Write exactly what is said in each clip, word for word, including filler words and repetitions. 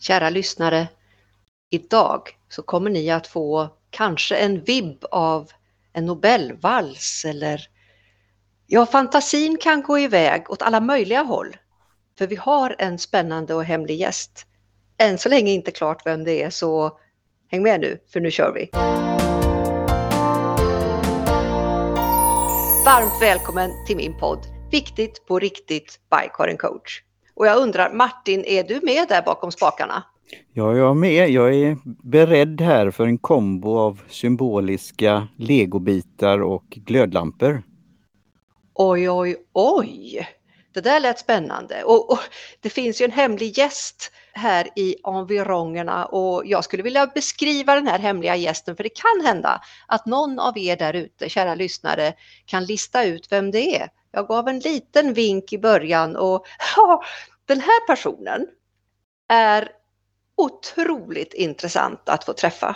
Kära lyssnare, idag så kommer ni att få kanske en vibb av en Nobelvals eller ja, fantasin kan gå iväg åt alla möjliga håll. För vi har en spännande och hemlig gäst. Än så länge inte klart vem det är, så häng med nu, för nu kör vi. Varmt välkommen till min podd Viktigt på riktigt by Karin Coach. Och jag undrar, Martin, är du med där bakom spakarna? Ja, jag är med. Jag är beredd här för en kombo av symboliska legobitar och glödlampor. Oj, oj, oj. Det där lät spännande. Och, och det finns ju en hemlig gäst här i environgerna och jag skulle vilja beskriva den här hemliga gästen, för det kan hända att någon av er där ute, kära lyssnare, kan lista ut vem det är. Jag gav en liten vink i början och ja, den här personen är otroligt intressant att få träffa.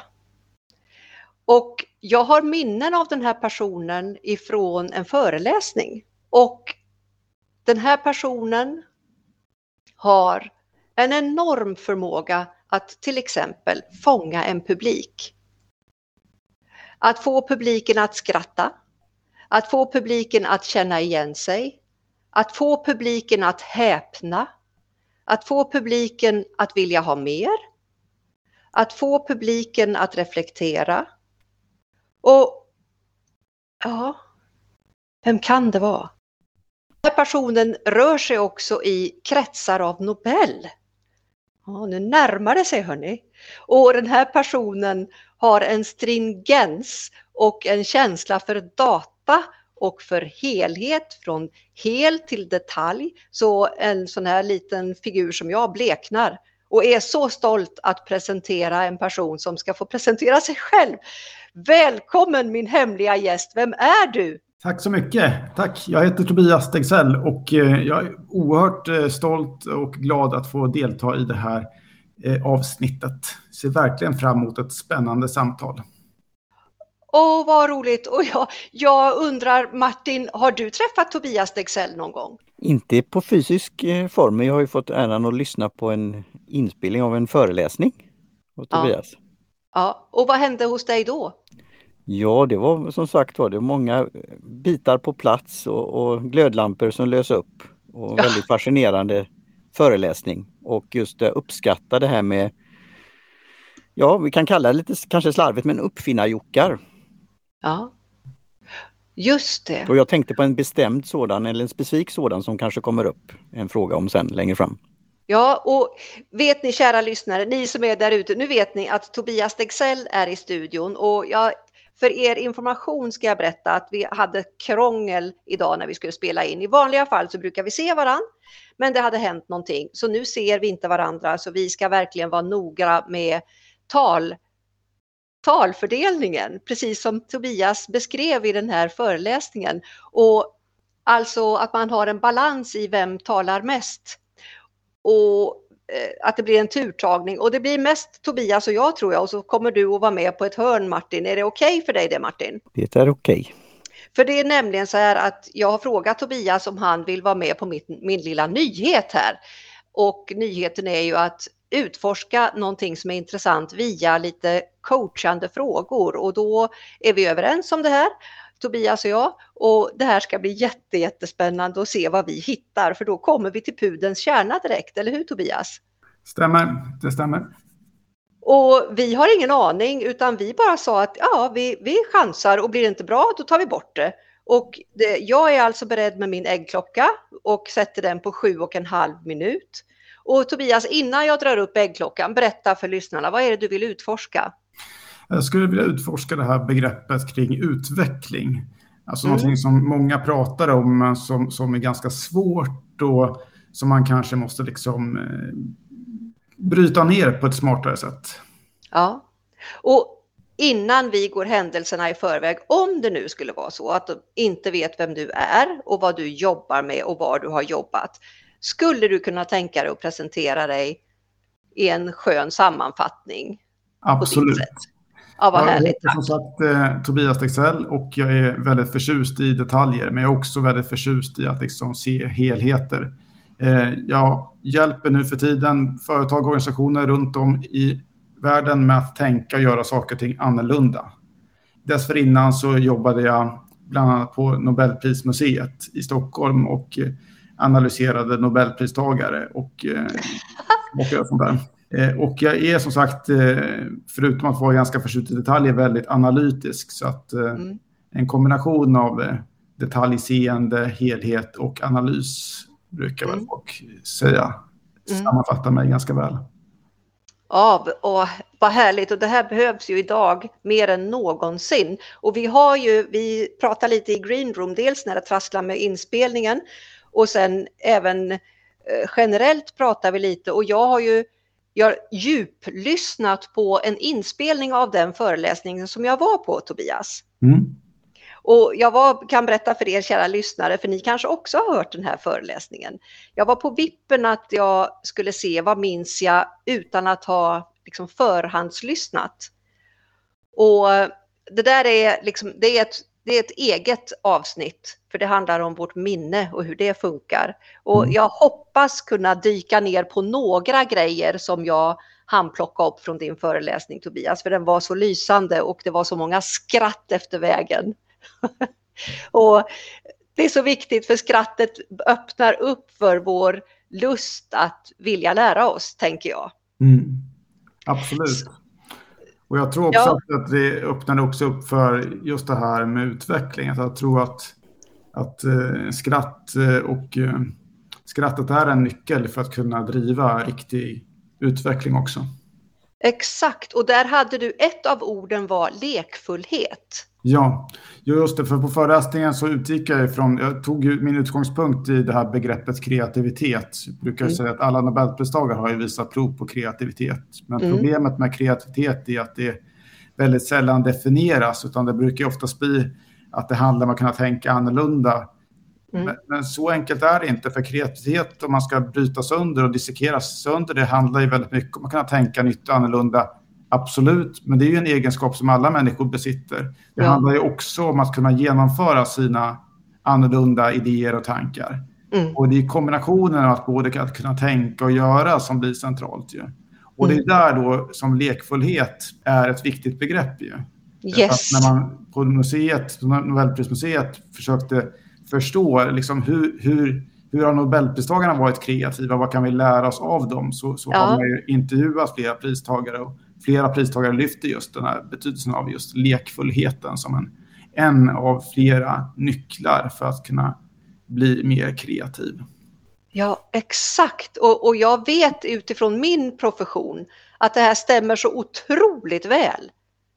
Och jag har minnen av den här personen ifrån en föreläsning. Och den här personen har en enorm förmåga att till exempel fånga en publik. Att få publiken att skratta. Att få publiken att känna igen sig. Att få publiken att häpna. Att få publiken att vilja ha mer. Att få publiken att reflektera. Och ja, vem kan det vara? Den här personen rör sig också i kretsar av Nobel. Ja, nu närmar det sig, hörni. Och den här personen har en stringens och en känsla för data och för helhet, från hel till detalj. Så en sån här liten figur som jag bleknar och är så stolt att presentera en person som ska få presentera sig själv. Välkommen min hemliga gäst, vem är du? Tack så mycket, tack. Jag heter Tobias Degsell och jag är oerhört stolt och glad att få delta i det här avsnittet. Ser verkligen fram emot ett spännande samtal. Åh, vad roligt. Och jag, jag undrar, Martin, har du träffat Tobias Degsell någon gång? Inte på fysisk form, men jag har ju fått äran att lyssna på en inspelning av en föreläsning av Tobias. Ja. Ja, och vad hände hos dig då? Ja, det var som sagt var det många bitar på plats och, och glödlampor som lös upp. Och en väldigt fascinerande föreläsning. Och just det, uppskatta det här med, ja, vi kan kalla det lite kanske slarvigt, men uppfinnarjockar. Ja, just det. Och jag tänkte på en bestämd sådan eller en specifik sådan som kanske kommer upp en fråga om sen längre fram. Ja, och vet ni, kära lyssnare, ni som är där ute, nu vet ni att Tobias Degsell är i studion och jag, för er information ska jag berätta att vi hade krångel idag när vi skulle spela in. I vanliga fall så brukar vi se varann, men det hade hänt någonting. Så nu ser vi inte varandra, så vi ska verkligen vara noga med tal, talfördelningen, precis som Tobias beskrev i den här föreläsningen. Och alltså att man har en balans i vem talar mest. Och eh, att det blir en turtagning. Och det blir mest Tobias och jag, tror jag. Och så kommer du att vara med på ett hörn, Martin. Är det okej för dig det, Martin? Det är okej. För det är nämligen så här att jag har frågat Tobias om han vill vara med på min, min lilla nyhet här. Och nyheten är ju att utforska någonting som är intressant via lite coachande frågor. Och då är vi överens om det här, Tobias och jag. Och det här ska bli jätte, jättespännande att se vad vi hittar. För då kommer vi till pudelns kärna direkt, eller hur Tobias? Stämmer, det stämmer. Och vi har ingen aning, utan vi bara sa att ja, vi, vi chansar och blir det inte bra, då tar vi bort det. Och det, jag är alltså beredd med min äggklocka och sätter den på sju och en halv minut. Och Tobias, innan jag drar upp äggklockan, berätta för lyssnarna, vad är det du vill utforska? Jag skulle vilja utforska det här begreppet kring utveckling. Alltså Mm. någonting som många pratar om som, som är ganska svårt och som man kanske måste liksom eh, bryta ner på ett smartare sätt. Ja, och innan vi går händelserna i förväg, om det nu skulle vara så att du inte vet vem du är och vad du jobbar med och var du har jobbat, skulle du kunna tänka dig att presentera dig i en skön sammanfattning? Absolut. Ja, vad jag härligt. heter som sagt eh, Tobias Degsell och jag är väldigt förtjust i detaljer, men jag är också väldigt förtjust i att liksom se helheter. Eh, jag hjälper nu för tiden företag och organisationer runt om i världen med att tänka och göra saker och ting annorlunda. Dessförinnan så jobbade jag bland annat på Nobelprismuseet i Stockholm och analyserade Nobelpristagare och, och sånt där. Och jag är som sagt, förutom att vara ganska förtjust i detaljer, väldigt analytisk. Så att mm. en kombination av detaljseende, helhet och analys brukar väl mm. folk säga sammanfattar mig ganska väl. Ja, och vad härligt, och det här behövs ju idag mer än någonsin. Och vi har ju, vi pratar lite i Green Room, dels när det trasslar med inspelningen och sen även eh, generellt pratar vi lite, och jag har ju jag har djuplyssnat på en inspelning av den föreläsningen som jag var på, Tobias. Mm. Och jag var, kan berätta för er kära lyssnare, för ni kanske också har hört den här föreläsningen. Jag var på vippen att jag skulle se vad minns jag utan att ha liksom förhandslyssnat. Och det där är, liksom, det är, ett, det är ett eget avsnitt, för det handlar om vårt minne och hur det funkar. Och jag hoppas kunna dyka ner på några grejer som jag hann plocka upp från din föreläsning, Tobias, för den var så lysande och det var så många skratt efter vägen. Och det är så viktigt, för skrattet öppnar upp för vår lust att vilja lära oss, tänker jag. Mm. Absolut. Och jag tror också ja. att det öppnar också upp för just det här med utveckling. Att jag tror att, att eh, skratt och eh, skrattet är en nyckel för att kunna driva riktig utveckling också. Exakt, och där hade du, ett av orden var lekfullhet. Ja, just det, för på föreläsningen så utgick jag ifrån, jag tog ju min utgångspunkt i det här begreppet kreativitet. Jag brukar mm. säga att alla Nobelpristagare har ju visat prov på kreativitet. Men mm. problemet med kreativitet är att det väldigt sällan definieras, utan det brukar oftast bli att det handlar om att kunna tänka annorlunda. Mm. Men, men så enkelt är det inte, för kreativitet, om man ska bryta sönder och dissekeras sönder, det handlar ju väldigt mycket om att kunna tänka nytt och annorlunda. Absolut, men det är ju en egenskap som alla människor besitter. Det ja. handlar ju också om att kunna genomföra sina annorlunda idéer och tankar. Mm. Och det är kombinationen av att både att kunna tänka och göra som blir centralt ju. Och mm. det är där då som lekfullhet är ett viktigt begrepp ju. Yes. När man på museet, Nobelprismuseet, försökte förstå liksom hur, hur, hur har Nobelpristagarna varit kreativa, vad kan vi lära oss av dem, så, så ja. har man ju intervjuat flera pristagare, och flera pristagare lyfter just den här betydelsen av just lekfullheten som en, en av flera nycklar för att kunna bli mer kreativ. Ja, exakt. Och, och jag vet utifrån min profession att det här stämmer så otroligt väl.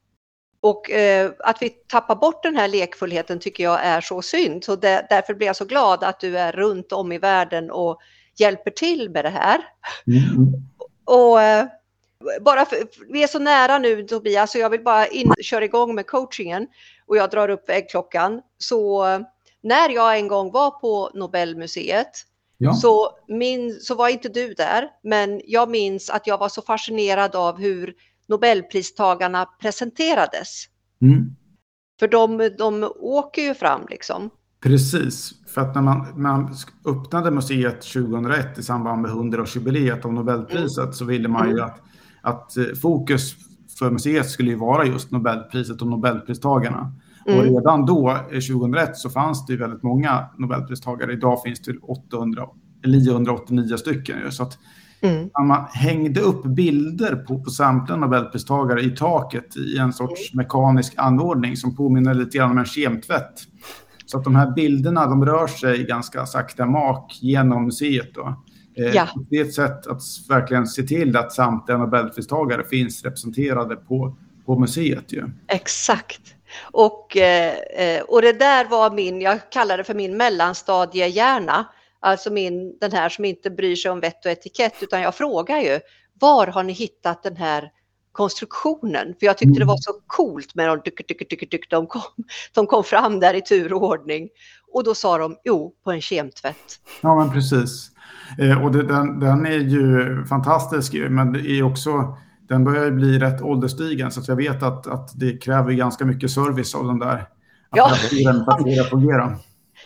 Och eh, att vi tappar bort den här lekfullheten tycker jag är så synd. Så det, därför blir jag så glad att du är runt om i världen och hjälper till med det här. Mm. Och eh, bara för, vi är så nära nu, Tobias, så jag vill bara in, köra igång med coachingen. Och jag drar upp väggklockan. Så när jag en gång var på Nobelmuseet ja. så, min, så var inte du där. Men jag minns att jag var så fascinerad av hur Nobelpristagarna presenterades. Mm. För de, de åker ju fram liksom. Precis, för att när man, man öppnade museet tjugohundraett i samband med hundraårsjubileet av Nobelpriset mm. så ville man ju mm. att, att fokus för museet skulle ju vara just Nobelpriset och Nobelpristagarna. Mm. Och redan då, tjugohundraett, så fanns det ju väldigt många Nobelpristagare. Idag finns det åttahundra, niohundraåttionio stycken. Så att mm. man hängde upp bilder på, på samtliga Nobelpristagare i taket i en sorts mm. mekanisk anordning som påminner lite grann om en kemtvätt. Så att de här bilderna, de rör sig ganska sakta mak genom museet då. Ja. Det är ett sätt att verkligen se till att samtliga Nobelpristagare finns representerade på, på museet ju. Exakt. Och, eh, och det där var min, jag kallar det för min mellanstadiehjärna. Alltså min, den här som inte bryr sig om vett och etikett, utan jag frågar ju, var har ni hittat den här konstruktionen? För jag tyckte mm. det var så coolt med de dyk, dyk, dyk, dyk, de, kom, de kom fram där i tur och ordning. Och då sa de, jo, på en kemtvätt. Ja, men precis. Eh, och det, den, den är ju fantastisk, men det är också, den börjar bli rätt ålderstigen, så att jag vet att, att det kräver ganska mycket service av den där apparaturen för att det ska fungera.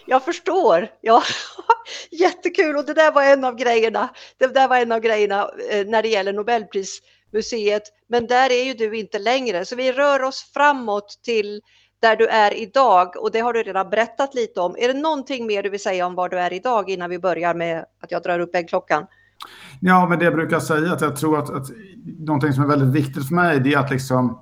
Jag förstår. Ja, jättekul. Och det där var en av grejerna. Det där var en av grejerna eh, när det gäller Nobelprismuseet. Men där är ju du inte längre. Så vi rör oss framåt till där du är idag. Och det har du redan berättat lite om. Är det någonting mer du vill säga om var du är idag innan vi börjar med att jag drar upp äggklockan? Ja, men det jag brukar säga att jag tror att, att någonting som är väldigt viktigt för mig, det är att liksom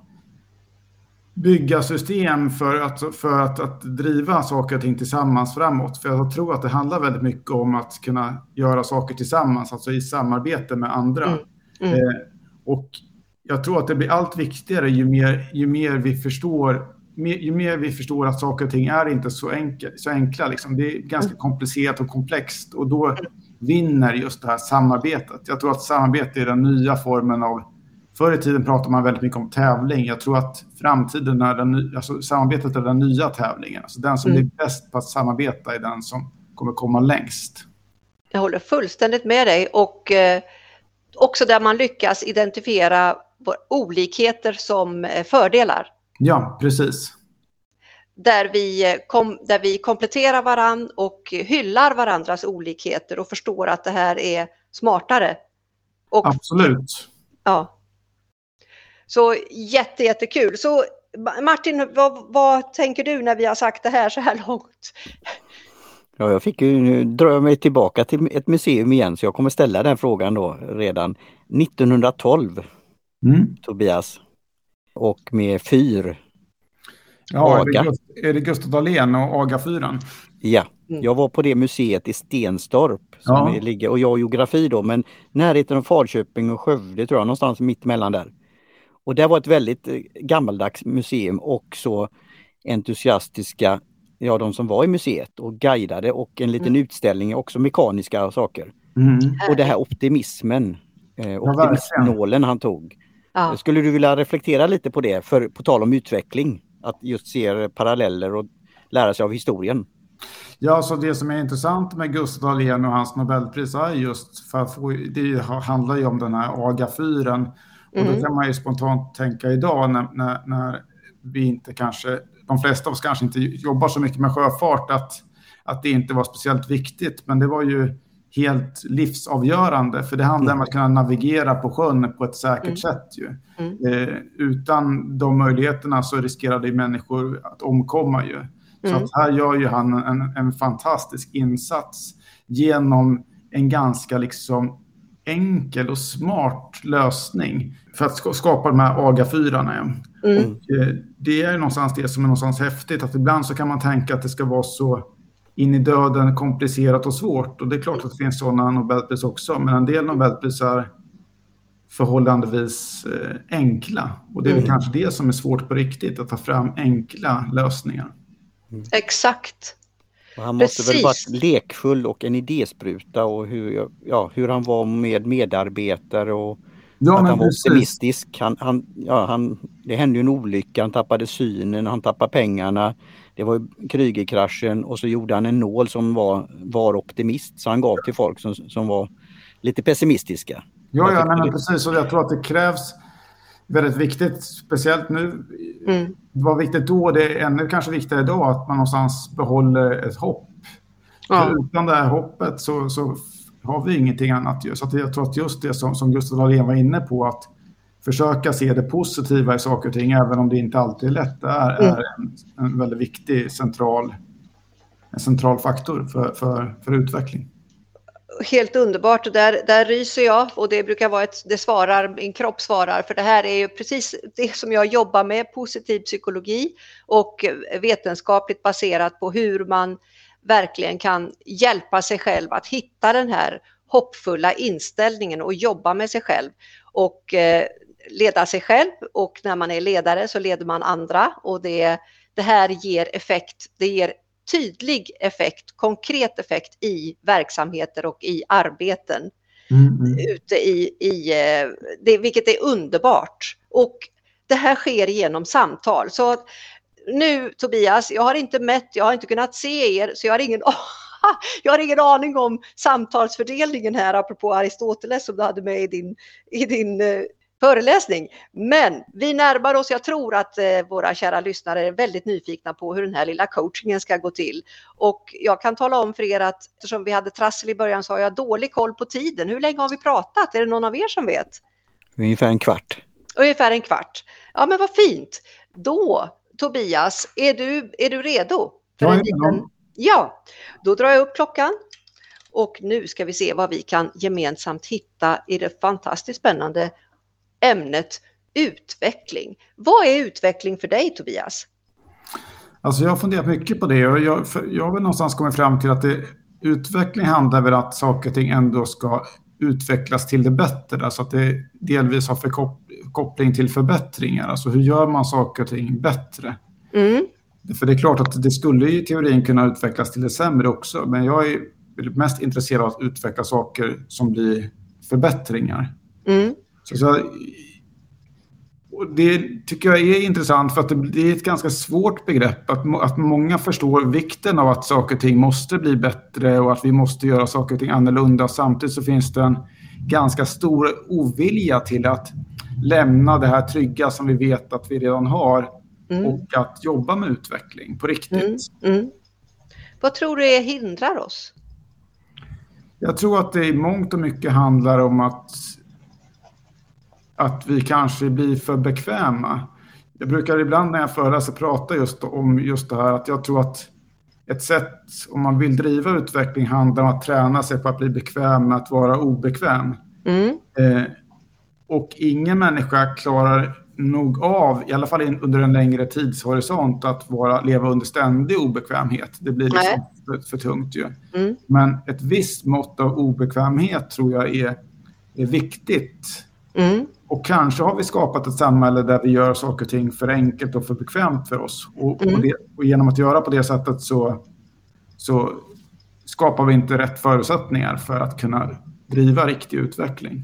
bygga system för att, för att, att driva saker och ting tillsammans framåt. För jag tror att det handlar väldigt mycket om att kunna göra saker tillsammans, alltså i samarbete med andra. Mm. Mm. Eh, och jag tror att det blir allt viktigare ju mer, ju mer vi förstår mer, ju mer vi förstår att saker och ting är inte så, enkel, så enkla. Liksom. Det är ganska mm. komplicerat och komplext, och då vinner just det här samarbetet. Jag tror att samarbete är den nya formen av. Förr i tiden pratar man väldigt mycket om tävling. Jag tror att framtiden är den, alltså samarbetet är den nya tävlingen. Alltså den som mm. är bäst på att samarbeta är den som kommer komma längst. Jag håller fullständigt med dig, och eh, också där man lyckas identifiera olikheter som fördelar. Ja, precis. Där vi, kom, där vi kompletterar varann och hyllar varandras olikheter och förstår att det här är smartare. Och, absolut. Ja. Så jätte, jättekul. Så Martin, vad, vad tänker du när vi har sagt det här så här långt? Ja, jag fick ju, nu drar jag mig tillbaka till ett museum igen, så jag kommer ställa den frågan då redan nittonhundratolv, mm. Tobias. Och med fyr. Ja, Aga. Är, det, är det Gustav Dahlén och Aga-fyren? Ja, jag var på det museet i Stenstorp som ja. ligger, och jag geografi då, men närheten av Falköping och Skövde tror jag, någonstans mitt emellan där. Och det var ett väldigt gammaldags museum, och så entusiastiska, ja, de som var i museet och guidade, och en liten mm. utställning, också mekaniska saker. Mm. Och det här optimismen, eh, optimismnålen han tog. Ja. Skulle du vilja reflektera lite på det, för på tal om utveckling, att just se paralleller och lära sig av historien? Ja, så det som är intressant med Gustav Dahlén och hans Nobelpris är just för att få, det handlar ju om den här Aga-fyren. Och mm. då kan man ju spontant tänka idag när, när, när vi inte kanske, de flesta av oss kanske inte jobbar så mycket med sjöfart, att, att det inte var speciellt viktigt. Men det var ju helt livsavgörande, för det handlar mm. om att kunna navigera på sjön på ett säkert mm. sätt. Ju. Mm. Eh, utan de möjligheterna så riskerade människor att omkomma ju. Så mm. att här gör ju han en, en fantastisk insats genom en ganska liksom enkel och smart lösning för att skapa de här Aga-fyrarna. Mm. Det är någonstans det som är någonstans häftigt, att ibland så kan man tänka att det ska vara så in i döden komplicerat och svårt, och det är klart att det finns sådana Nobelpris också, men en del Nobelpris är förhållandevis enkla, och det är mm. kanske det som är svårt på riktigt, att ta fram enkla lösningar. Mm. Exakt. Och han måste Precis. väl vara lekfull och en idéspruta, och hur, ja, hur han var med medarbetare, och ja, att han var precis. optimistisk. Han, han, ja, han, det hände ju en olycka, han tappade synen, han tappade pengarna. Det var ju Krügerkraschen, och så gjorde han en nål som var, var optimist, så han gav till folk som, som var lite pessimistiska. Ja, ja nej, men precis, och jag tror att det krävs väldigt viktigt, speciellt nu. Mm. Det var viktigt då, det är ännu kanske viktigare idag, att man någonstans behåller ett hopp. Ja. För utan det här hoppet så, så har vi ingenting annat. Så att jag tror att just det som, som Gustav Dahlén var inne på, att försöka se det positiva i saker och ting, även om det inte alltid är lätt, är, mm. är en, en väldigt viktig central, en central faktor för, för, för utveckling. Helt underbart, och där, där ryser jag, och det brukar vara ett, det svarar, min kropp svarar, för det här är ju precis det som jag jobbar med, positiv psykologi, och vetenskapligt baserat på hur man verkligen kan hjälpa sig själv att hitta den här hoppfulla inställningen och jobba med sig själv och eh, leda sig själv, och när man är ledare så leder man andra, och det, det här ger effekt, det ger tydlig effekt, konkret effekt i verksamheter och i arbeten mm. ute i, i det, vilket är underbart. Och det här sker genom samtal. Så nu, Tobias, jag har inte mätt, jag har inte kunnat se er, så jag har ingen jag har ingen aning om samtalsfördelningen här, apropå Aristoteles som du hade med i din, i din föreläsning. Men vi närmar oss, jag tror att eh, våra kära lyssnare är väldigt nyfikna på hur den här lilla coachingen ska gå till. Och jag kan tala om för er att eftersom vi hade trassel i början så har jag dålig koll på tiden. Hur länge har vi pratat? Är det någon av er som vet? Ungefär en kvart. Ungefär en kvart. Ja, men vad fint. Då, Tobias, är du, är du redo? För Ja, en liten... ja, då drar jag upp klockan. Och nu ska vi se vad vi kan gemensamt hitta i det fantastiskt spännande ämnet utveckling. Vad är utveckling för dig, Tobias? Alltså jag har funderat mycket på det och jag, jag har väl någonstans kommit fram till att det, utveckling handlar väl att saker och ting ändå ska utvecklas till det bättre. Alltså att det delvis har för koppling till förbättringar. Alltså hur gör man saker och ting bättre? Mm. För det är klart att det skulle i teorin kunna utvecklas till det sämre också. Men jag är mest intresserad av att utveckla saker som blir förbättringar. Mm. Så, så och det tycker jag är intressant för att det, det är ett ganska svårt begrepp. Att, att många förstår vikten av att saker och ting måste bli bättre och att vi måste göra saker och ting annorlunda. Samtidigt så finns det en ganska stor ovilja till att lämna det här trygga som vi vet att vi redan har mm. och att jobba med utveckling på riktigt. Mm. Mm. Vad tror du är hindrar oss? Jag tror att det i mångt och mycket handlar om att att vi kanske blir för bekväma. Jag brukar ibland när jag föreläser prata just om just det här att jag tror att ett sätt om man vill driva utveckling handlar om att träna sig på att bli bekväm med att vara obekväm. Mm. Eh, och ingen människa klarar nog av, i alla fall under en längre tidshorisont, att vara, leva under ständig obekvämhet. Det blir liksom för, för tungt ju. Mm. Men ett visst mått av obekvämhet tror jag är, är viktigt. Mm. Och kanske har vi skapat ett samhälle där vi gör saker och ting för enkelt och för bekvämt för oss. Och, mm. och, det, och genom att göra på det sättet så, så skapar vi inte rätt förutsättningar för att kunna driva riktig utveckling.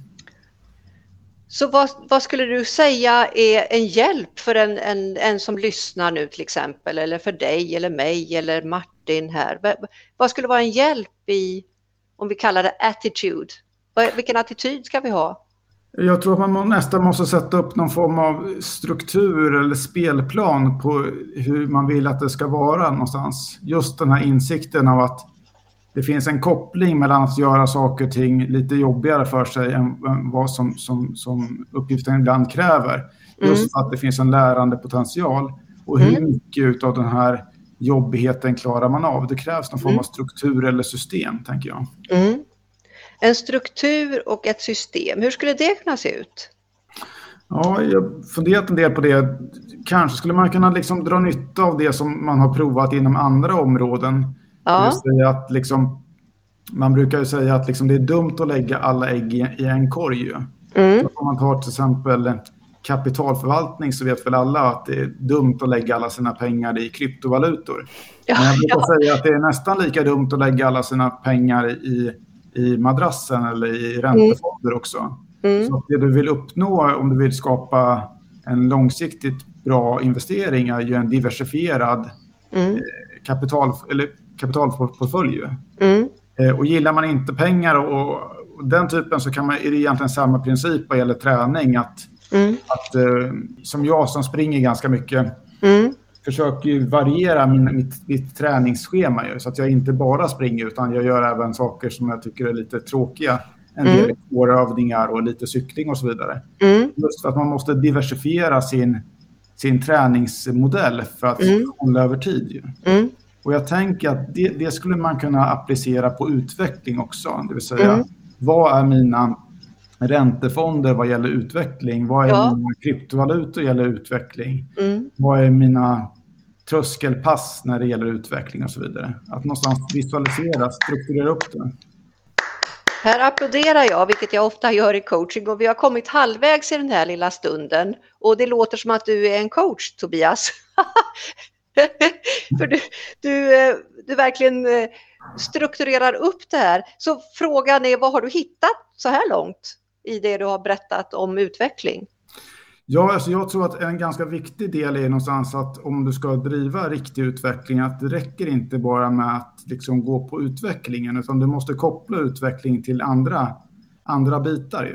Så vad, vad skulle du säga är en hjälp för en, en, en som lyssnar nu till exempel, eller för dig eller mig eller Martin här? Vad, vad skulle vara en hjälp i, om vi kallar det attitude? Vilken attityd ska vi ha? Jag tror att man nästan måste sätta upp någon form av struktur eller spelplan på hur man vill att det ska vara någonstans. Just den här insikten av att det finns en koppling mellan att göra saker och ting lite jobbigare för sig än vad som, som, som uppgiften ibland kräver. Just mm. för att det finns en lärande potential. Och hur mm. mycket av den här jobbigheten klarar man av? Det krävs någon form mm. av struktur eller system, tänker jag. Mm. En struktur och ett system. Hur skulle det kunna se ut? Ja, jag har funderat en del på det. Kanske skulle man kunna liksom dra nytta av det som man har provat inom andra områden. Ja. Att liksom, man brukar ju säga att liksom det är dumt att lägga alla ägg i, i en korg. Mm. Så om man tar till exempel kapitalförvaltning så vet väl alla att det är dumt att lägga alla sina pengar i kryptovalutor. Ja, Men jag brukar ja. säga att det är nästan lika dumt att lägga alla sina pengar i i madrassen eller i räntefonder mm. också. Mm. Så det du vill uppnå om du vill skapa en långsiktigt bra investering är ju en diversifierad mm. kapital, eller kapitalportfölj. Mm. Och gillar man inte pengar och, och den typen så kan man, är det egentligen samma princip vad gäller träning. Att, mm. att som jag som springer ganska mycket mm. försöker ju variera min, mitt, mitt träningsschema ju, så att jag inte bara springer utan jag gör även saker som jag tycker är lite tråkiga. En mm. del övningar och lite cykling och så vidare. Mm. Just för att man måste diversifiera sin, sin träningsmodell för att mm. hålla över tid. Ju. Mm. Och jag tänker att det, det skulle man kunna applicera på utveckling också. Det vill säga, mm. vad är mina räntefonder vad gäller utveckling? Vad är ja. mina kryptovalutor vad gäller utveckling? Mm. Vad är mina tröskelpass när det gäller utveckling och så vidare? Att någonstans visualisera, strukturera upp det. Här applåderar jag, vilket jag ofta gör i coaching, och vi har kommit halvvägs i den här lilla stunden. Och det låter som att du är en coach, Tobias. För du, du, du verkligen strukturerar upp det här. Så frågan är, vad har du hittat så här långt i det du har berättat om utveckling? Ja, alltså jag tror att en ganska viktig del är någonstans att om du ska driva riktig utveckling, att det räcker inte bara med att liksom gå på utvecklingen, utan du måste koppla utveckling till andra, andra bitar. Ju.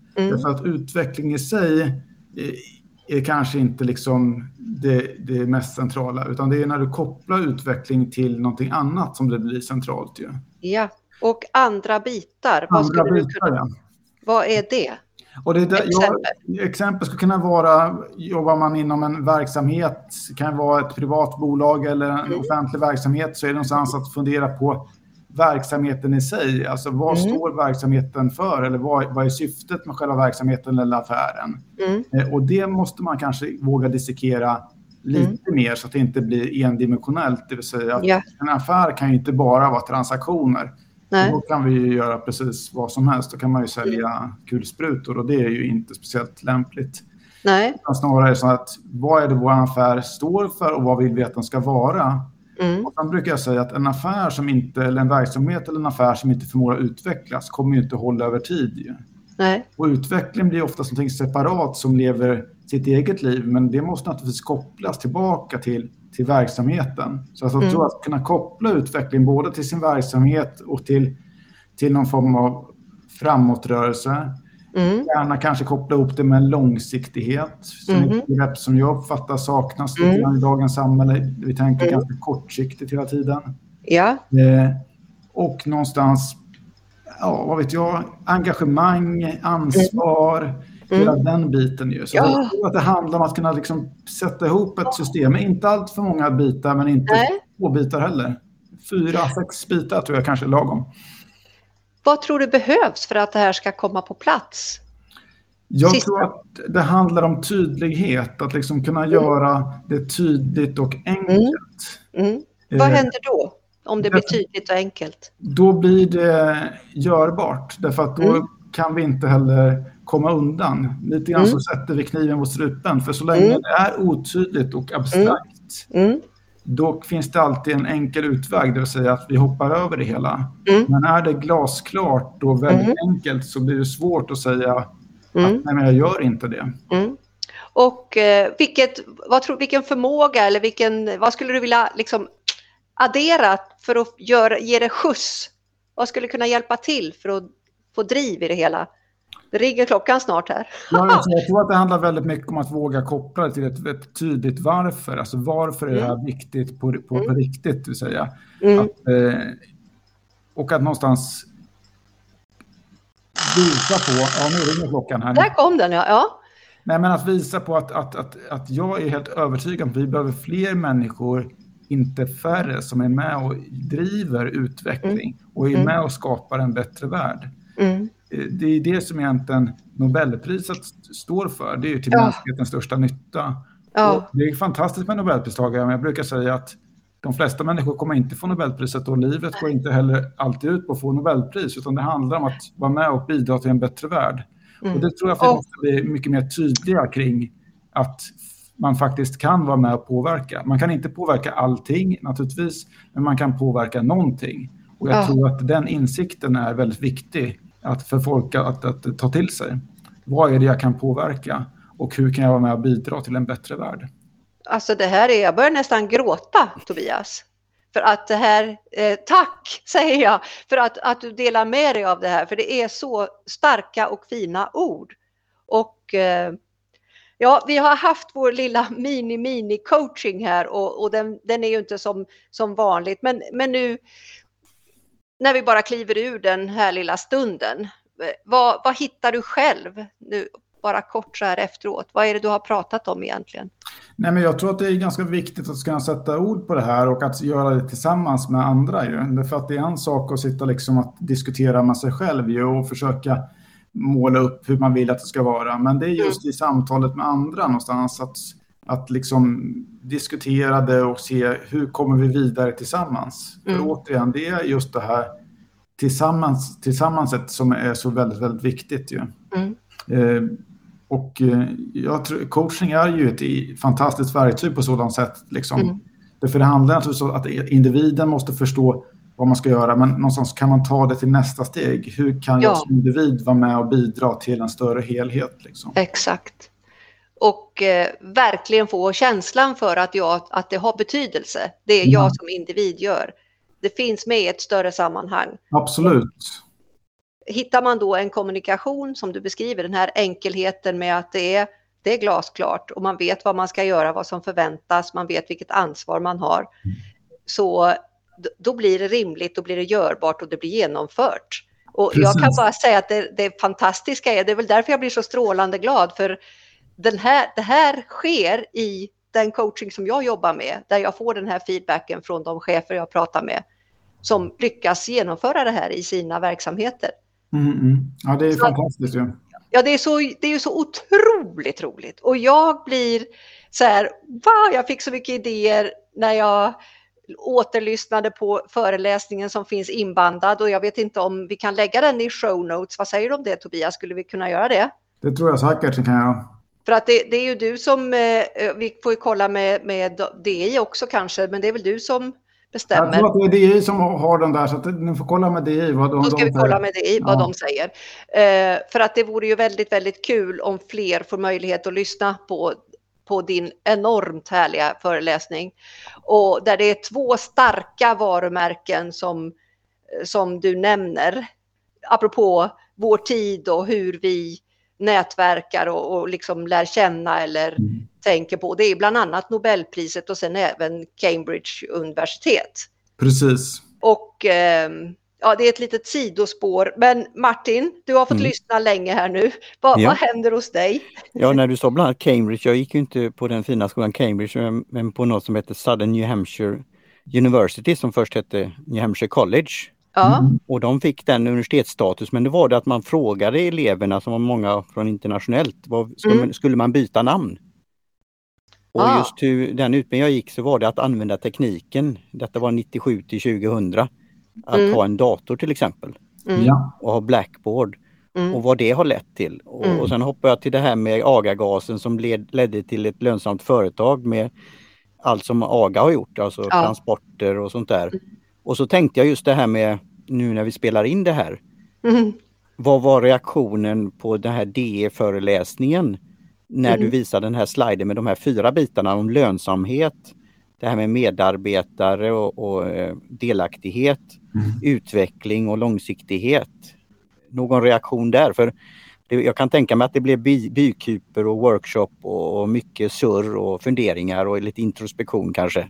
Mm. Därför att utveckling i sig är, är kanske inte liksom det, det mest centrala, utan det är när du kopplar utveckling till någonting annat som det blir centralt ju. Ja, och andra bitar. Andra vad skulle bitar, du kunna... ja. Vad är det? Och det är där, exempel. Ja, exempel skulle kunna vara, jobbar man inom en verksamhet, kan vara ett privat bolag eller en mm. offentlig verksamhet, så är det någonstans att fundera på verksamheten i sig. Alltså vad mm. står verksamheten för, eller vad, vad är syftet med själva verksamheten eller affären? Mm. Eh, och det måste man kanske våga dissekera lite mm. mer så att det inte blir endimensionellt. Det vill säga att yeah. en affär kan ju inte bara vara transaktioner. Nej. Då kan vi ju göra precis vad som helst. Då kan man ju sälja mm. kulsprutor och det är ju inte speciellt lämpligt. Nej. Utan snarare så att vad är det vår affär står för och vad vill vi att den ska vara? Mm. Och sen brukar jag säga att en affär som inte, eller en verksamhet eller en affär som inte förmår att utvecklas kommer ju inte hålla över tid. Ju. Nej. Och utveckling blir ofta någonting separat som lever sitt eget liv, men det måste naturligtvis kopplas tillbaka till till verksamheten. Så att jag mm. tror att kunna koppla utveckling både till sin verksamhet och till, till någon form av framåtrörelse. Mm. Gärna kanske koppla ihop det med en långsiktighet. Som mm. ett begrepp som jag uppfattar saknas mm. i dagens samhälle. Vi tänker mm. ganska kortsiktigt hela tiden. Ja. Eh, och någonstans, ja, vad vet jag, engagemang, ansvar, mm. hela mm. den biten ju. Så ja. Jag tror att det handlar om att kunna liksom sätta ihop ett system. Inte allt för många bitar, men inte Nej. två bitar heller. Fyra, sex bitar tror jag kanske är lagom. Vad tror du behövs för att det här ska komma på plats? Jag Sista. tror att det handlar om tydlighet. Att liksom kunna mm. göra det tydligt och enkelt. Mm. Mm. Vad eh, händer då? Om det blir tydligt och enkelt? Då blir det görbart. Därför att då mm. kan vi inte heller komma undan. Lite grann mm. så sätter vi kniven mot strupen. För så länge mm. det är otydligt och abstrakt mm. Mm. då finns det alltid en enkel utväg. Det vill säga att vi hoppar över det hela. Mm. Men är det glasklart och väldigt mm. enkelt så blir det svårt att säga mm. att nej, men jag gör inte det. Mm. Och eh, vilket, vad tror, vilken förmåga eller vilken, vad skulle du vilja liksom addera för att göra, ge det skjuts? Vad skulle kunna hjälpa till för att få driv i det hela? Det ringer klockan snart här. Ja, alltså, jag tror att det handlar väldigt mycket om att våga koppla det till ett, ett tydligt varför. Alltså varför är det här mm. viktigt på, på, mm. på riktigt, vill säga. Mm. Att, eh, och att någonstans visa på, ja nu ringer klockan här. Där kom den, ja. ja. Nej, men att visa på att, att, att, att jag är helt övertygad om att vi behöver fler människor, inte färre, som är med och driver utveckling mm. och är mm. med och skapar en bättre värld. Mm. Det är det som egentligen Nobelpriset står för. Det är ju till ja. mänsklighetens största nytta. Ja. Och det är fantastiskt med Nobelpristagare, men jag brukar säga att de flesta människor kommer inte få Nobelpriset och livet går inte heller alltid ut på att få Nobelpris, utan det handlar om att vara med och bidra till en bättre värld. Mm. Och det tror jag att vi måste bli mycket mer tydliga kring, att man faktiskt kan vara med och påverka. Man kan inte påverka allting naturligtvis, men man kan påverka någonting. Och jag ja. tror att den insikten är väldigt viktig att för folk att, att, att ta till sig. Vad är det jag kan påverka och hur kan jag vara med och bidra till en bättre värld? Alltså det här är, jag börjar nästan gråta, Tobias. För att det här, eh, tack säger jag för att, att du delar med dig av det här. För det är så starka och fina ord. Och eh, ja, vi har haft vår lilla mini-mini-coaching här och, och den, den är ju inte som, som vanligt. Men, men nu när vi bara kliver ur den här lilla stunden, vad, vad hittar du själv nu? Bara kort så här efteråt. Vad är det du har pratat om egentligen? Nej, men jag tror att det är ganska viktigt att kunna sätta ord på det här och att göra det tillsammans med andra. Ju. För att det är en sak att sitta liksom att diskutera med sig själv ju, och försöka måla upp hur man vill att det ska vara. Men det är just mm. i samtalet med andra någonstans att, att liksom diskutera det och se hur kommer vi vidare tillsammans. Mm. För återigen, det är just det här tillsammans, tillsammanset som är så väldigt, väldigt viktigt ju. Mm. Eh, och eh, jag tror, coaching är ju ett fantastiskt verktyg på sådant sätt liksom. Mm. Därför det handlar naturligtvis om att individen måste förstå vad man ska göra, men någonstans kan man ta det till nästa steg. Hur kan ja. jag som individ vara med och bidra till en större helhet liksom? Exakt. Och eh, verkligen få känslan för att, jag, att det har betydelse. Det är mm. jag som individ gör. Det finns med i ett större sammanhang. Absolut. hittar man då en kommunikation som du beskriver, den här enkelheten med att det är, det är glasklart och man vet vad man ska göra, vad som förväntas, man vet vilket ansvar man har. Så då blir det rimligt, då blir det görbart och det blir genomfört. Och Precis. Jag kan bara säga att det, det fantastiska är, det är väl därför jag blir så strålande glad, för den här, det här sker i den coaching som jag jobbar med, där jag får den här feedbacken från de chefer jag pratar med som lyckas genomföra det här i sina verksamheter. Mm, mm. Ja, det är så, fantastiskt. Ja, ja det, är så, det är ju så otroligt roligt. Och jag blir så här, wow, jag fick så mycket idéer när jag återlyssnade på föreläsningen som finns inbandad, och jag vet inte om vi kan lägga den i show notes. Vad säger du om det, Tobias? Skulle vi kunna göra det? Det tror jag säkert så kan jag. För att det, det är ju du som, eh, vi får ju kolla med, med D I också kanske, men det är väl du som bestämmer. Jag tror att det är D I som har den där, så att ni får kolla med D I vad de, Då ska de vi kolla säger. med D I vad ja. de säger. Eh, för att det vore ju väldigt, väldigt kul om fler får möjlighet att lyssna på, på din enormt härliga föreläsning. Och där det är två starka varumärken som, som du nämner. Apropå vår tid och hur vi nätverkar och, och liksom lär känna eller mm. tänker på. Det är bland annat Nobelpriset och sen även Cambridge universitet. Precis. Och eh, ja, det är ett litet sidospår. Men Martin, du har fått mm. lyssna länge här nu. Va, ja. Vad händer hos dig? Ja, när du sa bland annat Cambridge, jag gick ju inte på den fina skolan Cambridge, men på något som heter Southern New Hampshire University, som först hette New Hampshire College. Ja. Mm. Och de fick den universitetsstatus, men det var det att man frågade eleverna, som var många från internationellt, vad, skulle, mm. skulle man byta namn? Och ah. just hur den utbildningen jag gick, så var det att använda tekniken, detta var nittiosju till tjugohundra, att mm. ha en dator till exempel mm. och ha Blackboard mm. och vad det har lett till. Och, mm. och sen hoppar jag till det här med AGA-gasen som led, ledde till ett lönsamt företag med allt som AGA har gjort, alltså ja. transporter och sånt där. Mm. Och så tänkte jag just det här med, nu när vi spelar in det här, mm. vad var reaktionen på den här D E-föreläsningen när mm. du visade den här sliden med de här fyra bitarna om lönsamhet, det här med medarbetare och, och delaktighet, mm. utveckling och långsiktighet. Någon reaktion där? För det, jag kan tänka mig att det blev by, bykuper och workshop och, och mycket surr och funderingar och lite introspektion kanske.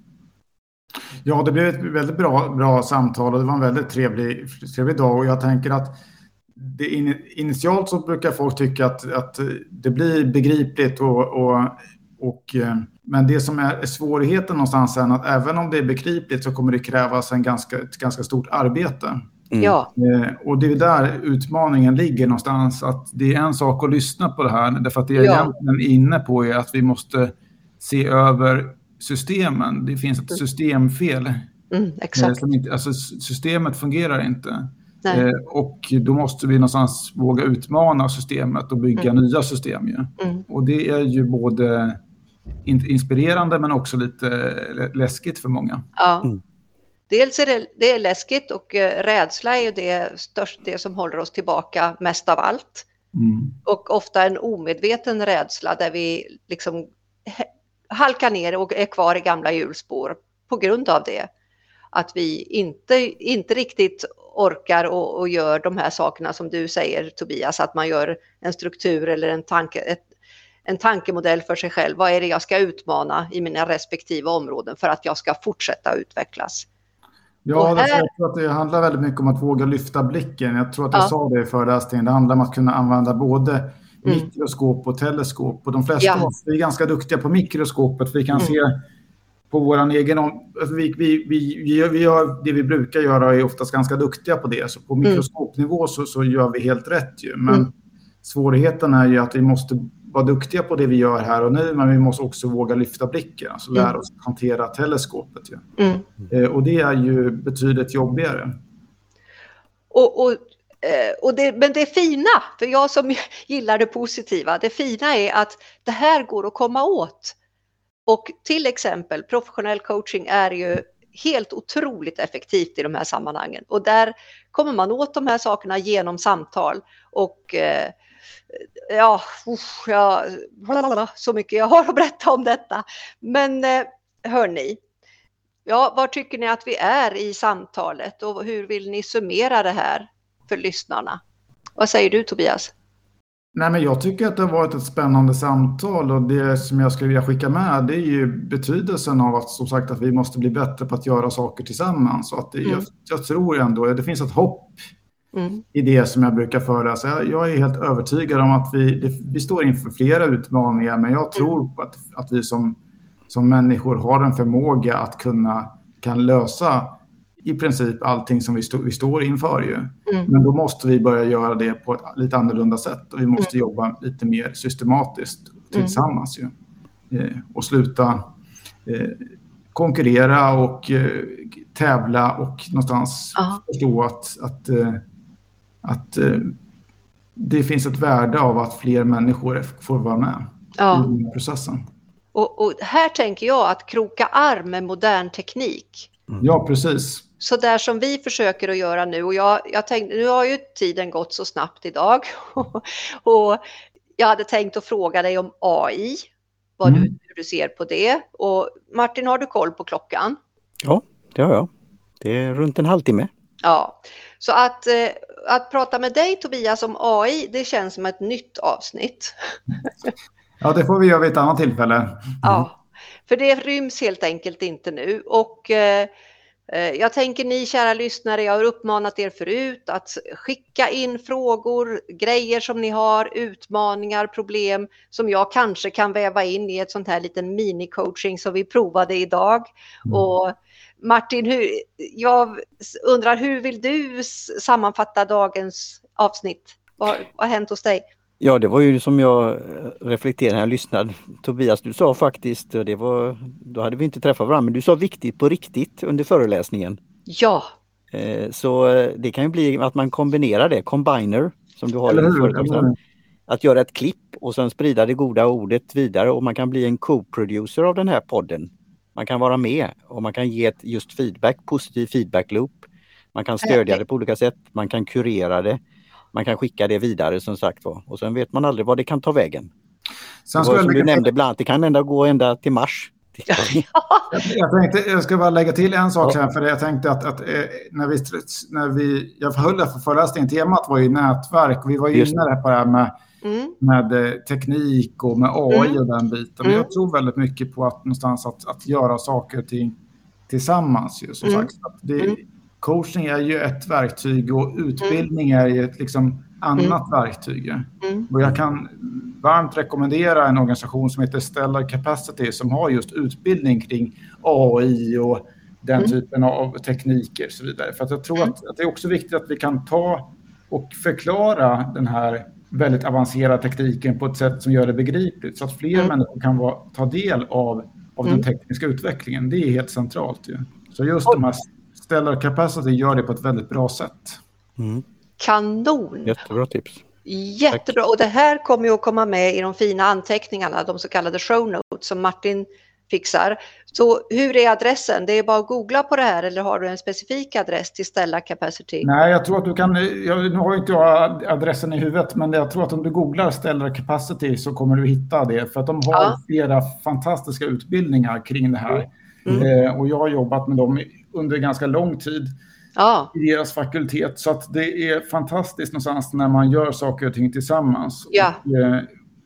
Ja, det blev ett väldigt bra, bra samtal och det var en väldigt trevlig, trevlig dag, och jag tänker att det in, initialt så brukar folk tycka att, att det blir begripligt och, och, och men det som är svårigheten någonstans är att även om det är begripligt så kommer det krävas en ganska, ett ganska stort arbete. Mm. Ja. Och det är där utmaningen ligger någonstans, att det är en sak att lyssna på det här, därför att det jag ja. egentligen är inne på är att vi måste se över systemen. Det finns ett systemfel. Mm, exakt. Som inte, alltså systemet fungerar inte. Eh, och då måste vi någonstans våga utmana systemet och bygga mm. nya system. Ja. Mm. Och det är ju både inspirerande men också lite läskigt för många. Ja. Mm. Dels är det, det är läskigt, och uh, rädsla är ju det, störst, det som håller oss tillbaka mest av allt. Mm. Och ofta en omedveten rädsla där vi liksom halkar ner och är kvar i gamla hjulspår på grund av det. Att vi inte, inte riktigt orkar och, och gör de här sakerna som du säger, Tobias, att man gör en struktur eller en, tanke, ett, en tankemodell för sig själv. Vad är det jag ska utmana i mina respektive områden för att jag ska fortsätta utvecklas? Ja, här... jag tror att det handlar väldigt mycket om att våga lyfta blicken. Jag tror att jag ja. sa det i föreläsningen. Det handlar om att kunna använda både mm. mikroskop och teleskop. Och de flesta ja. av oss är ganska duktiga på mikroskopet. Vi kan mm. se på vår egen... Alltså vi, vi, vi, vi, gör, vi gör det vi brukar göra, är oftast ganska duktiga på det. Så på mikroskopnivå så, så gör vi helt rätt ju. Men mm. svårigheten är ju att vi måste vara duktiga på det vi gör här och nu, men vi måste också våga lyfta blicken. Alltså lära oss att hantera teleskopet ju. Mm. Eh, och det är ju betydligt jobbigare. Och... och... Och det, men det fina, för jag som gillar det positiva, det fina är att det här går att komma åt. Och till exempel professionell coaching är ju helt otroligt effektivt i de här sammanhangen. Och där kommer man åt de här sakerna genom samtal. Och eh, ja, usch, ja, så mycket jag har att berätta om detta. Men eh, hörni, ja, var tycker ni att vi är i samtalet och hur vill ni summera det här för lyssnarna? Vad säger du, Tobias? Nej, men jag tycker att det har varit ett spännande samtal, och det som jag skulle vilja skicka med, det är ju betydelsen av att, som sagt, att vi måste bli bättre på att göra saker tillsammans. Och att det, mm. jag, jag tror ändå, det finns ett hopp mm. i det som jag brukar föreläsa. Jag, jag är helt övertygad om att vi, det, vi står inför flera utmaningar, men jag tror på att, att vi som, som människor har en förmåga att kunna kan lösa i princip allting som vi, stå, vi står inför ju. Mm. Men då måste vi börja göra det på ett lite annorlunda sätt. Och vi måste mm. jobba lite mer systematiskt tillsammans mm. ju. Eh, och sluta eh, konkurrera och eh, tävla och någonstans Aha. förstå att, att, eh, att eh, det finns ett värde av att fler människor får vara med ja. i den här processen. Och, och här tänker jag att kroka arm med modern teknik. Mm. Ja, precis. Så där som vi försöker att göra nu, och jag, jag tänkte, nu har ju tiden gått så snabbt idag och jag hade tänkt att fråga dig om A I, vad mm. du, hur du ser på det. Och Martin, har du koll på klockan? Ja, det har jag. Det är runt en halvtimme. Ja, så att, att prata med dig, Tobias, om A I, det känns som ett nytt avsnitt. Ja, det får vi göra vid ett annat tillfälle. Mm. Ja, för det ryms helt enkelt inte nu. Och eh, jag tänker ni kära lyssnare, jag har uppmanat er förut att skicka in frågor, grejer som ni har, utmaningar, problem som jag kanske kan väva in i ett sånt här liten mini-coaching som vi provade idag. Mm. Och Martin, hur, jag undrar, hur vill du sammanfatta dagens avsnitt? Vad, vad har hänt hos dig? Ja, det var ju som jag reflekterade när jag lyssnade. Tobias, du sa faktiskt, det var, då hade vi inte träffat varandra, men du sa viktigt på riktigt under föreläsningen. Ja. Så det kan ju bli att man kombinerar det, combiner, som du har i företaget. Att göra ett klipp och sen sprida det goda ordet vidare, och man kan bli en co-producer av den här podden. Man kan vara med och man kan ge ett just feedback, positiv feedback loop. Man kan stödja det på olika sätt, man kan kurera det. Man kan skicka det vidare, som sagt var. Och sen vet man aldrig vad det kan ta vägen. Sen det var, som du nämnde bland annat, det kan ända gå ända till mars. jag, jag, tänkte, jag ska bara lägga till en sak här. För jag tänkte att, att när vi, när vi, jag höll för föreläsningen, temat var ju nätverk. Och vi var ju inne där på det här med, mm. med teknik och med A I mm. och den biten. Mm. Jag tror väldigt mycket på att någonstans att, att göra saker och ting tillsammans. Ju, som mm. sagt. Att det, mm. Coaching är ju ett verktyg och utbildning är ju ett liksom annat mm. verktyg. Mm. Och jag kan varmt rekommendera en organisation som heter Stellar Capacity, som har just utbildning kring A I och den mm. typen av tekniker och så vidare. För att jag tror mm. att, att det är också viktigt att vi kan ta och förklara den här väldigt avancerade tekniken på ett sätt som gör det begripligt, så att fler mm. människor kan vara, ta del av, av mm. den tekniska utvecklingen. Det är helt centralt. Ju. Så just de här Stellar Capacity gör det på ett väldigt bra sätt. Mm. Kanon! Jättebra tips. Jättebra. Tack. Och det här kommer ju att komma med i de fina anteckningarna, de så kallade show notes som Martin fixar. Så hur är adressen? Det är bara att googla på det här, eller har du en specifik adress till Stellar Capacity? Nej, jag tror att du kan, jag, nu har inte jag adressen i huvudet, men jag tror att om du googlar Stellar Capacity så kommer du hitta det. För att de har ja. flera fantastiska utbildningar kring det här. Mm. Eh, och jag har jobbat med dem under ganska lång tid ja. i deras fakultet. Så att det är fantastiskt någonstans när man gör saker och ting tillsammans. Ja. Och, eh,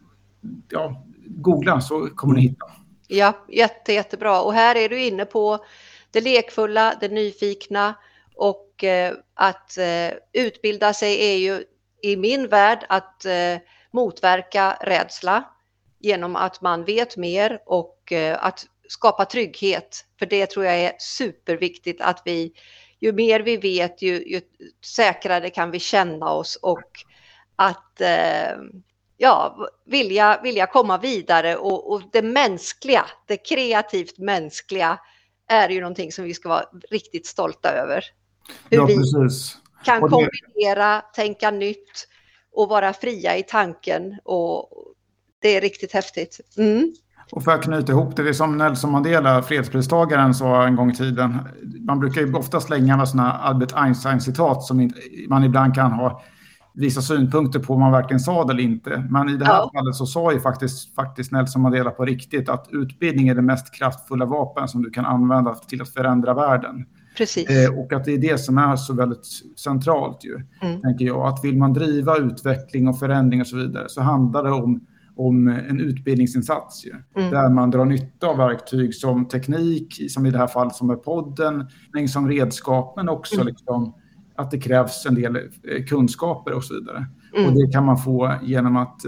ja, googla så kommer ni hitta. Ja, jätte, jättebra. Och här är du inne på det lekfulla, det nyfikna, och eh, att eh, utbilda sig är ju i min värld att eh, motverka rädsla genom att man vet mer, och eh, att skapa trygghet. För det tror jag är superviktigt, att vi, ju mer vi vet, ju, ju säkrare kan vi känna oss, och att eh, ja, vilja, vilja komma vidare. Och, och det mänskliga, det kreativt mänskliga är ju någonting som vi ska vara riktigt stolta över. Hur ja, vi precis. kan det... kombinera, tänka nytt och vara fria i tanken. Och det är riktigt häftigt. Mm. Och för att knyta ihop det, det är som Nelson Mandela, fredspristagaren, sa en gång i tiden. Man brukar ju ofta slänga med sådana Albert Einstein-citat som man ibland kan ha vissa synpunkter på om man verkligen sa det eller inte. Men i det här ja. fallet så sa ju faktiskt, faktiskt Nelson Mandela på riktigt att utbildning är det mest kraftfulla vapen som du kan använda till att förändra världen. Precis. Eh, och att det är det som är så väldigt centralt ju, mm. tänker jag. Att vill man driva utveckling och förändring och så vidare, så handlar det om, om en utbildningsinsats ju. Mm. Där man drar nytta av verktyg som teknik, som i det här fallet som är podden, men som redskap, men också mm. liksom, att det krävs en del kunskaper och så vidare. Mm. Och det kan man få genom att eh,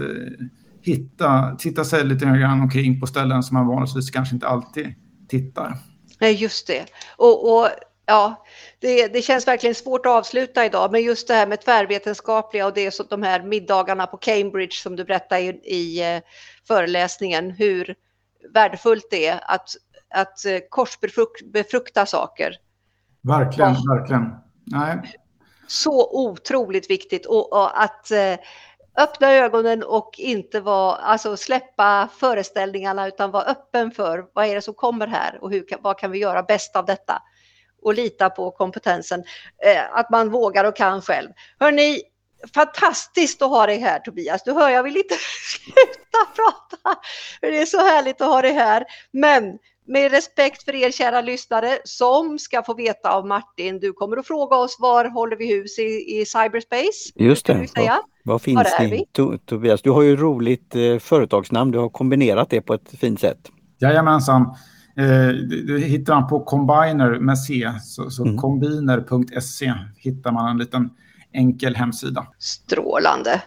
hitta, titta sig lite grann omkring på ställen som man vanligtvis kanske inte alltid tittar. Nej, just det. Och, och ja, det, det känns verkligen svårt att avsluta idag, men just det här med tvärvetenskapliga och det är så de här middagarna på Cambridge som du berättade i, i uh, föreläsningen, hur värdefullt det är att, att uh, korsbefrukta saker. Verkligen, ja. verkligen. Nej. Så otroligt viktigt och, och att uh, öppna ögonen och inte vara, alltså släppa föreställningarna utan vara öppen för vad är det som kommer här och hur, vad kan vi göra bäst av detta och lita på kompetensen, eh, att man vågar och kan själv. Hörrni, fantastiskt att ha dig här Tobias, du hör jag vill inte sluta prata, det är så härligt att ha dig här, men med respekt för er kära lyssnare som ska få veta av Martin, du kommer att fråga oss var håller vi hus i, i cyberspace? Just det, vad, vad finns det? To, Tobias, du har ju roligt eh, företagsnamn, du har kombinerat det på ett fint sätt. Jajamensan, eh, det, det hittar man på Combiner med C, så, så mm. combiner punkt se hittar man en liten enkel hemsida. Strålande.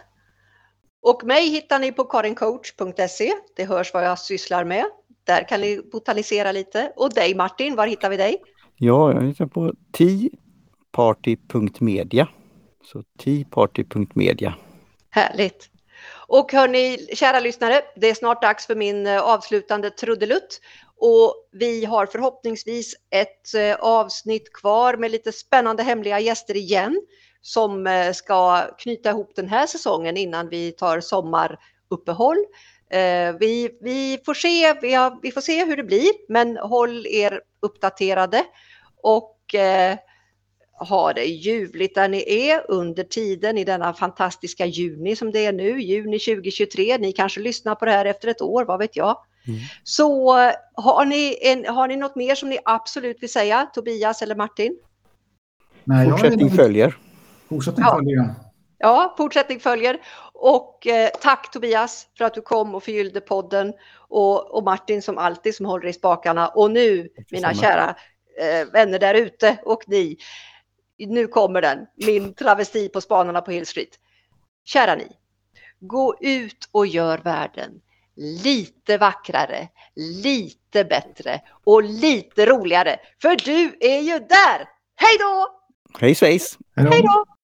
Och mig hittar ni på karincoach punkt se, det hörs vad jag sysslar med. Där kan ni botanisera lite. Och dig Martin, var hittar vi dig? Ja, jag hittar på tea party punkt media. Så tea party punkt media. Härligt. Och hörni, kära lyssnare, det är snart dags för min avslutande trudelutt. Och vi har förhoppningsvis ett avsnitt kvar med lite spännande hemliga gäster igen. Som ska knyta ihop den här säsongen innan vi tar sommaruppehåll. Uh, vi, vi, får se, vi, har, vi får se hur det blir, men håll er uppdaterade och uh, ha det ljuvligt där ni är under tiden i denna fantastiska juni som det är nu, juni tjugo tjugotre. Ni kanske lyssnar på det här efter ett år, vad vet jag. Mm. Så uh, har, ni en, har ni något mer som ni absolut vill säga, Tobias eller Martin? Nej, fortsättning jag följer. Fortsättning ja. följer. Ja, fortsättning följer. Och eh, tack Tobias för att du kom och förgyllde podden. Och, och Martin som alltid som håller i spakarna. Och nu, mina kära eh, vänner där ute och ni. Nu kommer den, min travesti på spanarna på Hill Street. Kära ni, gå ut och gör världen lite vackrare, lite bättre och lite roligare. För du är ju där! Hej då! Hej svejs! Hej då!